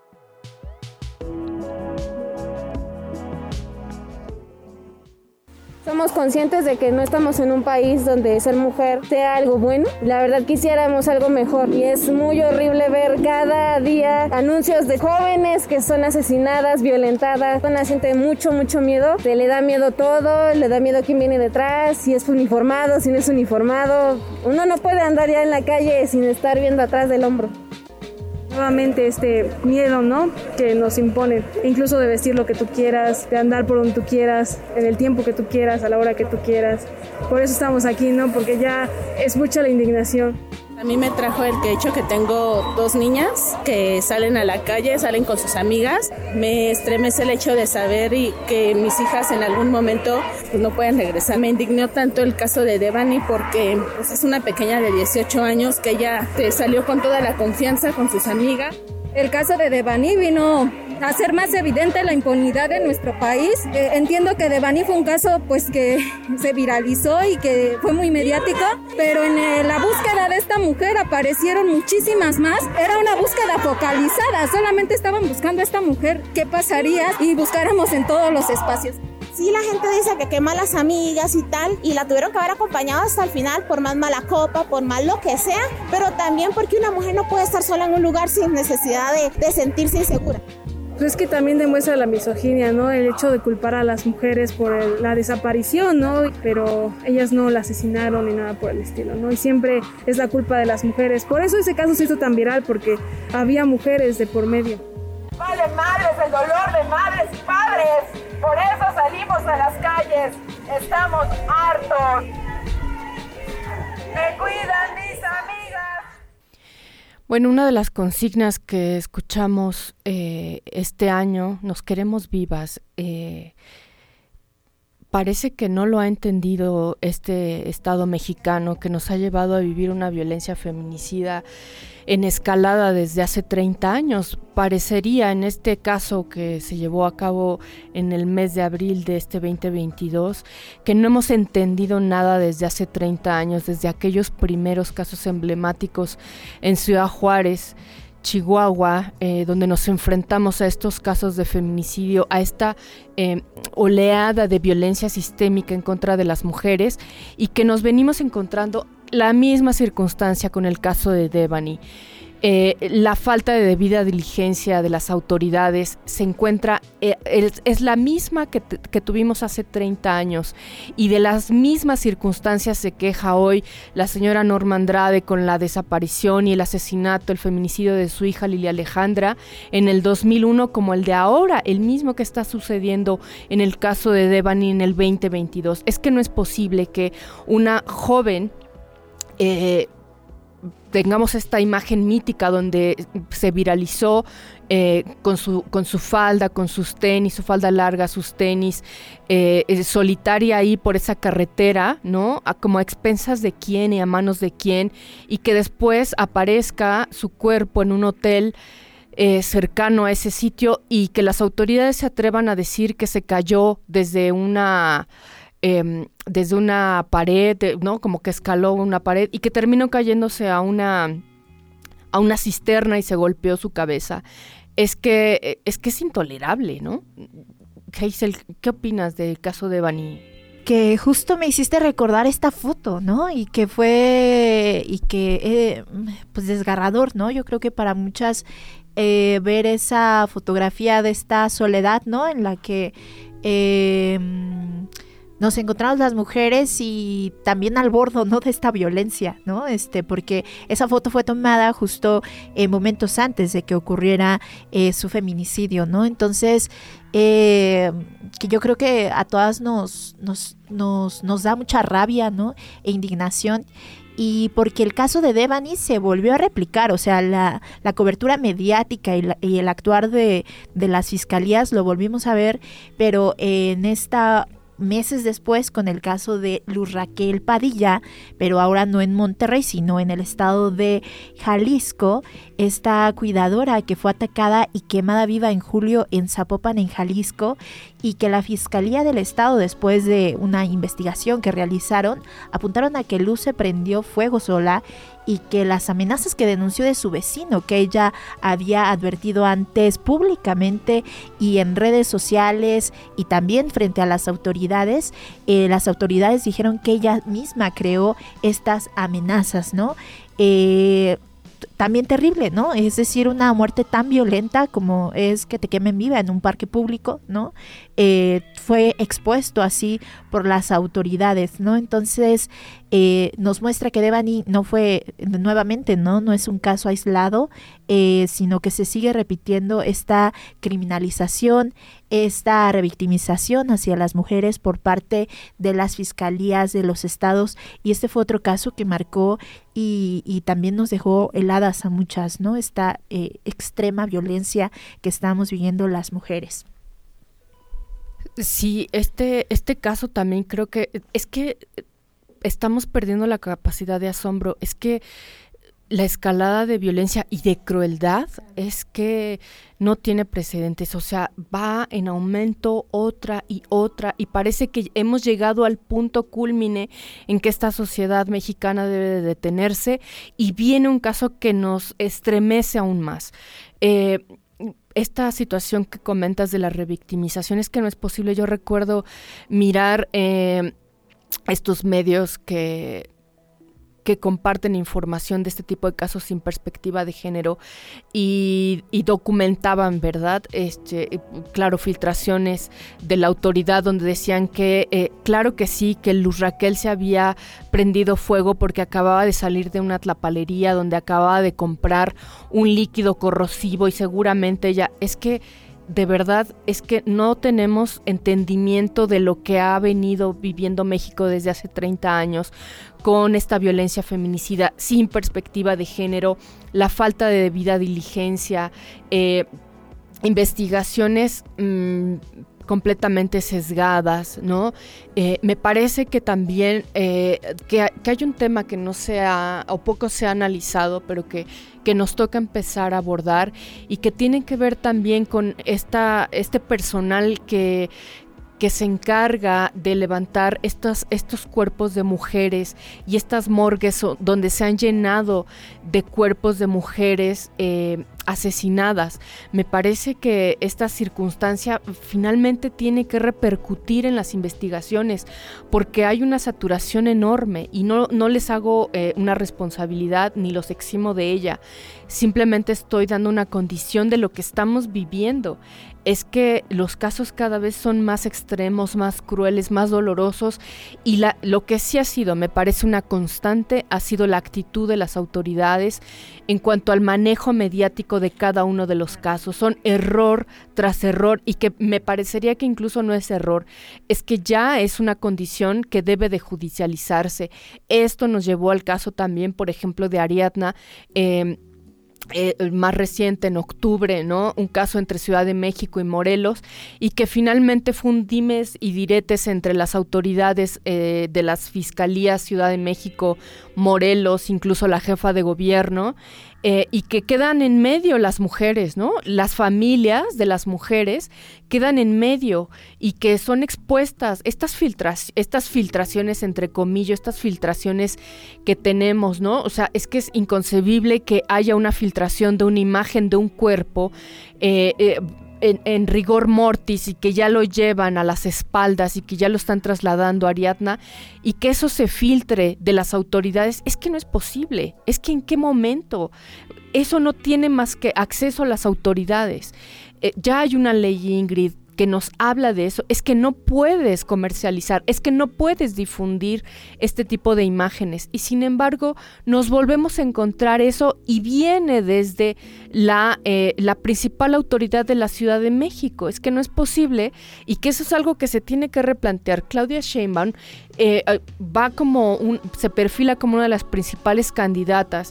Somos conscientes de que no estamos en un país donde ser mujer sea algo bueno. La verdad quisiéramos algo mejor y es muy horrible ver cada día anuncios de jóvenes que son asesinadas, violentadas. Una siente mucho, mucho miedo. Se le da miedo todo, le da miedo quién viene detrás, si es uniformado, si no es uniformado. Uno no puede andar ya en la calle sin estar viendo atrás del hombro. Nuevamente este miedo, ¿no?, que nos imponen, incluso de vestir lo que tú quieras, de andar por donde tú quieras, en el tiempo que tú quieras, a la hora que tú quieras. Por eso estamos aquí, ¿no?, porque ya es mucha la indignación. A mí me trajo el hecho que tengo dos niñas que salen a la calle, salen con sus amigas. Me estremece el hecho de saber y que mis hijas en algún momento pues, no pueden regresar. Me indignó tanto el caso de Devani porque pues, es una pequeña de dieciocho años que ella eh, salió con toda la confianza con sus amigas. El caso de Devani vino a hacer más evidente la impunidad en nuestro país. Eh, entiendo que Devani fue un caso pues que se viralizó y que fue muy mediático, pero en eh, la búsqueda de esta mujer aparecieron muchísimas más. Era una búsqueda focalizada, solamente estaban buscando a esta mujer. ¿Qué pasaría? Y buscáramos en todos los espacios. Sí, la gente dice que quema a las amigas y tal, y la tuvieron que haber acompañado hasta el final por más mala copa, por más lo que sea, pero también porque una mujer no puede estar sola en un lugar sin necesidad de, de sentirse insegura. Pues es que también demuestra la misoginia, ¿no?, el hecho de culpar a las mujeres por el, la desaparición, ¿no?, pero ellas no la asesinaron ni nada por el estilo, ¿no?, y siempre es la culpa de las mujeres. Por eso ese caso se hizo tan viral, porque había mujeres de por medio. Vale madres el dolor de madres y padres, por eso salimos a las calles, estamos hartos. Me cuidan mis amigas. Bueno, una de las consignas que escuchamos eh, este año, nos queremos vivas, eh, parece que no lo ha entendido este Estado mexicano que nos ha llevado a vivir una violencia feminicida en escalada desde hace treinta años. Parecería en este caso que se llevó a cabo en el mes de abril de este veinte veintidós que no hemos entendido nada desde hace treinta años, desde aquellos primeros casos emblemáticos en Ciudad Juárez, Chihuahua, eh, donde nos enfrentamos a estos casos de feminicidio, a esta eh, oleada de violencia sistémica en contra de las mujeres, y que nos venimos encontrando la misma circunstancia con el caso de Devani. Eh, la falta de debida diligencia de las autoridades se encuentra, eh, es, es la misma que, t- que tuvimos hace treinta años, y de las mismas circunstancias se queja hoy la señora Norma Andrade con la desaparición y el asesinato, el feminicidio de su hija Lilia Alejandra en el dos mil uno, como el de ahora, el mismo que está sucediendo en el caso de Devani en el veinte veintidós. Es que no es posible que una joven eh, tengamos esta imagen mítica donde se viralizó eh, con su con su falda, con sus tenis, su falda larga, sus tenis, eh, eh, solitaria ahí por esa carretera, ¿no? A, como a expensas de quién y a manos de quién, y que después aparezca su cuerpo en un hotel eh, cercano a ese sitio, y que las autoridades se atrevan a decir que se cayó desde una... Eh, desde una pared, ¿no? Como que escaló una pared y que terminó cayéndose a una a una cisterna y se golpeó su cabeza. Es que es que es intolerable, ¿no? Hazel, ¿qué opinas del caso de Devani? Que justo me hiciste recordar esta foto, ¿no? Y que fue, y que, eh, pues desgarrador, ¿no? Yo creo que para muchas eh, ver esa fotografía de esta soledad, ¿no? En la que... Eh, nos encontramos las mujeres y también al borde, ¿no?, de esta violencia, ¿no? Este, porque esa foto fue tomada justo en momentos antes de que ocurriera eh, su feminicidio, ¿no? Entonces, eh, que yo creo que a todas nos, nos, nos, nos da mucha rabia, ¿no?, e indignación. Y porque el caso de Devani se volvió a replicar, o sea, la, la cobertura mediática y, la, y el actuar de, de las fiscalías lo volvimos a ver, pero en esta meses después con el caso de Luz Raquel Padilla, pero ahora no en Monterrey, sino en el estado de Jalisco, esta cuidadora que fue atacada y quemada viva en julio en Zapopan, en Jalisco, y que la Fiscalía del Estado, después de una investigación que realizaron, apuntaron a que Luz se prendió fuego sola y que las amenazas que denunció de su vecino, que ella había advertido antes públicamente y en redes sociales y también frente a las autoridades, eh, las autoridades dijeron que ella misma creó estas amenazas, ¿no? Eh... También terrible, ¿no? Es decir, una muerte tan violenta como es que te quemen viva en un parque público, ¿no? Eh, fue expuesto así por las autoridades, ¿no? Entonces, eh, nos muestra que Devani no fue, nuevamente, ¿no? No es un caso aislado, eh, sino que se sigue repitiendo esta criminalización, esta revictimización hacia las mujeres por parte de las fiscalías de los estados, y este fue otro caso que marcó y, y también nos dejó heladas a muchas, ¿no? Esta eh, extrema violencia que estamos viviendo las mujeres. Sí, este, este caso también creo que es que estamos perdiendo la capacidad de asombro, es que la escalada de violencia y de crueldad es que no tiene precedentes, o sea, va en aumento otra y otra, y parece que hemos llegado al punto cúlmine en que esta sociedad mexicana debe de detenerse, y viene un caso que nos estremece aún más. Eh, esta situación que comentas de la revictimización es que no es posible. Yo recuerdo mirar eh, estos medios que... que comparten información de este tipo de casos sin perspectiva de género y, y documentaban, ¿verdad? Este, claro, filtraciones de la autoridad donde decían que, eh, claro que sí, que Luz Raquel se había prendido fuego porque acababa de salir de una tlapalería donde acababa de comprar un líquido corrosivo y seguramente ella, es que de verdad es que no tenemos entendimiento de lo que ha venido viviendo México desde hace treinta años con esta violencia feminicida sin perspectiva de género, la falta de debida diligencia, eh, investigaciones mmm, completamente sesgadas, ¿no? Eh, me parece que también eh, que, que hay un tema que no se ha, o poco se ha analizado, pero que, que nos toca empezar a abordar y que tiene que ver también con esta, este personal que que se encarga de levantar estos, estos cuerpos de mujeres y estas morgues donde se han llenado de cuerpos de mujeres eh, asesinadas. Me parece que esta circunstancia finalmente tiene que repercutir en las investigaciones porque hay una saturación enorme y no, no les hago eh, una responsabilidad ni los eximo de ella. Simplemente estoy dando una condición de lo que estamos viviendo. Es que los casos cada vez son más extremos, más crueles, más dolorosos y la, lo que sí ha sido, me parece una constante, ha sido la actitud de las autoridades en cuanto al manejo mediático de cada uno de los casos. Son error tras error y que me parecería que incluso no es error, es que ya es una condición que debe de judicializarse. Esto nos llevó al caso también, por ejemplo, de Ariadna, eh, Eh, el más reciente en octubre, ¿no? Un caso entre Ciudad de México y Morelos y que finalmente fue un dimes y diretes entre las autoridades eh, de las fiscalías Ciudad de México, Morelos, incluso la jefa de gobierno, eh, y que quedan en medio las mujeres, ¿no? Las familias de las mujeres quedan en medio y que son expuestas estas filtras, estas filtraciones entre comillas, estas filtraciones que tenemos, ¿no? O sea, es que es inconcebible que haya una filtración de una imagen de un cuerpo eh, eh, En, en rigor mortis y que ya lo llevan a las espaldas y que ya lo están trasladando a Ariadna y que eso se filtre de las autoridades, es que no es posible, es que en qué momento, eso no tiene más que acceso a las autoridades. Eh, ya hay una ley, Ingrid, que nos habla de eso, es que no puedes comercializar, es que no puedes difundir este tipo de imágenes. Y sin embargo, nos volvemos a encontrar eso y viene desde la, eh, la principal autoridad de la Ciudad de México. Es que no es posible y que eso es algo que se tiene que replantear. Claudia Sheinbaum eh, va como un, se perfila como una de las principales candidatas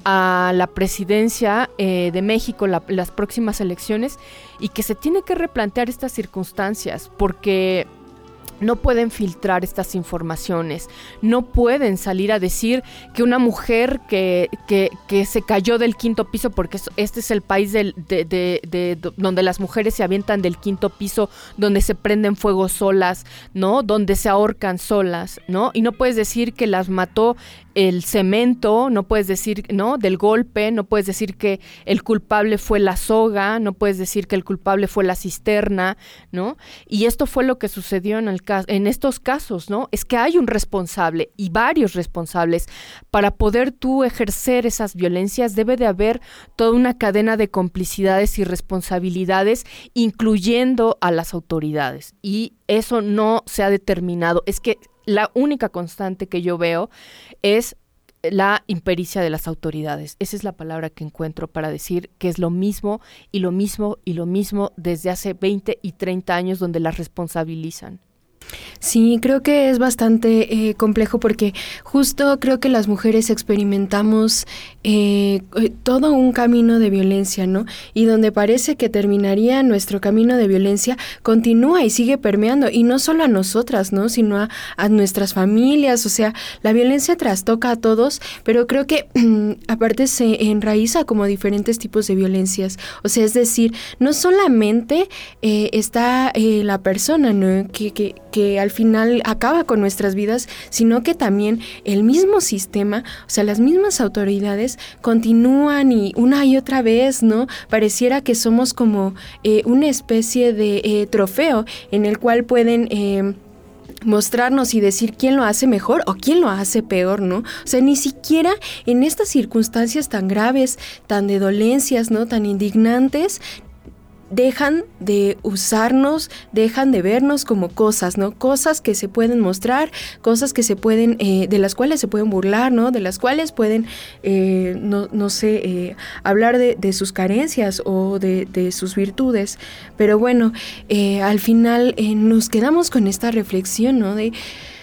a la presidencia eh, de México, la, las próximas elecciones, y que se tiene que replantear estas circunstancias porque no pueden filtrar estas informaciones, no pueden salir a decir que una mujer que, que, que se cayó del quinto piso, porque este es el país del, de, de, de, de, donde las mujeres se avientan del quinto piso, donde se prenden fuego solas, ¿no? Donde se ahorcan solas, ¿no? Y no puedes decir que las mató el cemento, no puedes decir, ¿no? Del golpe, no puedes decir que el culpable fue la soga, no puedes decir que el culpable fue la cisterna, ¿no? Y esto fue lo que sucedió en el caso, en estos casos, ¿no? Es que hay un responsable y varios responsables. Para poder tú ejercer esas violencias debe de haber toda una cadena de complicidades y responsabilidades, incluyendo a las autoridades. Y eso no se ha determinado. Es que la única constante que yo veo es la impericia de las autoridades. Esa es la palabra que encuentro para decir que es lo mismo y lo mismo y lo mismo desde hace veinte y treinta años, donde las responsabilizan. Sí, creo que es bastante eh, complejo porque justo creo que las mujeres experimentamos eh, todo un camino de violencia, ¿no? Y donde parece que terminaría nuestro camino de violencia, continúa y sigue permeando, y no solo a nosotras, ¿no? Sino a, a nuestras familias. O sea, la violencia trastoca a todos, pero creo que aparte se enraiza como diferentes tipos de violencias. O sea, es decir, no solamente eh, está eh, la persona, ¿no? Que, que, que al final acaba con nuestras vidas, sino que también el mismo sistema, o sea, las mismas autoridades continúan y una y otra vez, ¿no? Pareciera que somos como eh, una especie de eh, trofeo en el cual pueden eh, mostrarnos y decir quién lo hace mejor o quién lo hace peor, ¿no? O sea, ni siquiera en estas circunstancias tan graves, tan de dolencias, ¿no? Tan indignantes, dejan de usarnos, dejan de vernos como cosas, ¿no? Cosas que se pueden mostrar, cosas que se pueden, eh, de las cuales se pueden burlar, ¿no? De las cuales pueden, eh, no, no sé, eh, hablar de, de sus carencias o de, de sus virtudes. Pero bueno, eh, al final eh, nos quedamos con esta reflexión, ¿no? De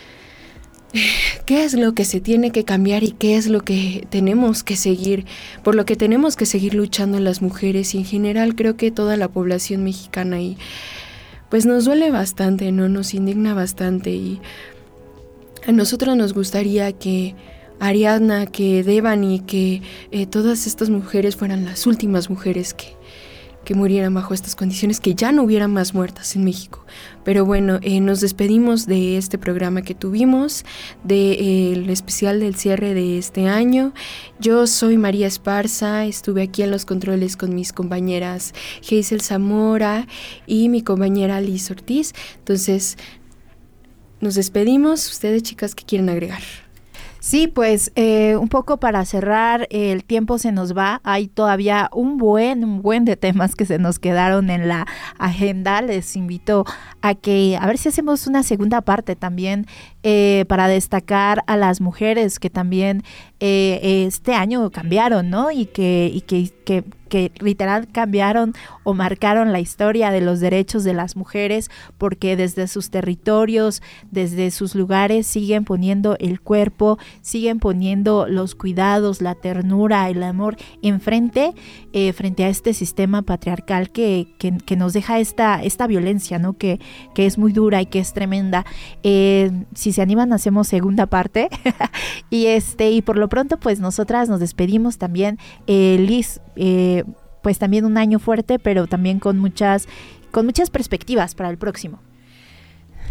¿qué es lo que se tiene que cambiar y qué es lo que tenemos que seguir, por lo que tenemos que seguir luchando las mujeres y en general creo que toda la población mexicana? Y pues nos duele bastante, ¿no? Nos indigna bastante y a nosotros nos gustaría que Ariadna, que Devani, que eh, todas estas mujeres fueran las últimas mujeres que que murieran bajo estas condiciones, que ya no hubiera más muertas en México. Pero bueno, eh, nos despedimos de este programa que tuvimos, del de, eh, especial del cierre de este año. Yo soy María Esparza, estuve aquí en los controles con mis compañeras Hazel Zamora y mi compañera Liz Ortiz. Entonces, nos despedimos. Ustedes, chicas, ¿qué quieren agregar? Sí, pues eh, un poco para cerrar, el tiempo se nos va, hay todavía un buen, un buen de temas que se nos quedaron en la agenda. Les invito a que, a ver si hacemos una segunda parte también eh, para destacar a las mujeres que también eh, este año cambiaron, ¿no? Y que, y que, que, que literal cambiaron o marcaron la historia de los derechos de las mujeres, porque desde sus territorios, desde sus lugares siguen poniendo el cuerpo, siguen poniendo los cuidados, la ternura, el amor enfrente, eh, frente a este sistema patriarcal que, que, que nos deja esta, esta violencia, ¿no? Que, que es muy dura y que es tremenda. Eh, si se animan, hacemos segunda parte. y este y por lo pronto, pues nosotras nos despedimos también. Eh, Liz, eh, pues también un año fuerte, pero también con muchas, con muchas perspectivas para el próximo.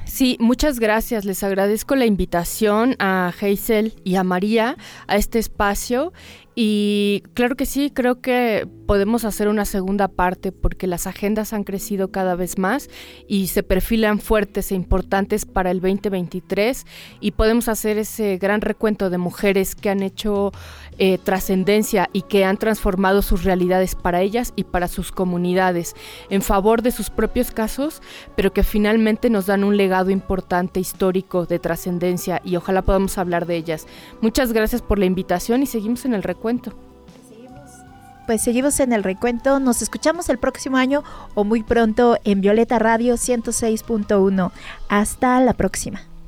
Sí, muchas gracias. Les agradezco la invitación a Hazel y a María a este espacio. Y claro que sí, creo que podemos hacer una segunda parte porque las agendas han crecido cada vez más y se perfilan fuertes e importantes para el veinte veintitrés y podemos hacer ese gran recuento de mujeres que han hecho eh, trascendencia y que han transformado sus realidades para ellas y para sus comunidades en favor de sus propios casos, pero que finalmente nos dan un legado importante histórico de trascendencia y ojalá podamos hablar de ellas. Muchas gracias por la invitación y seguimos en el recuento. Pues seguimos en el recuento, nos escuchamos el próximo año o muy pronto en Violeta Radio ciento seis punto uno. Hasta la próxima.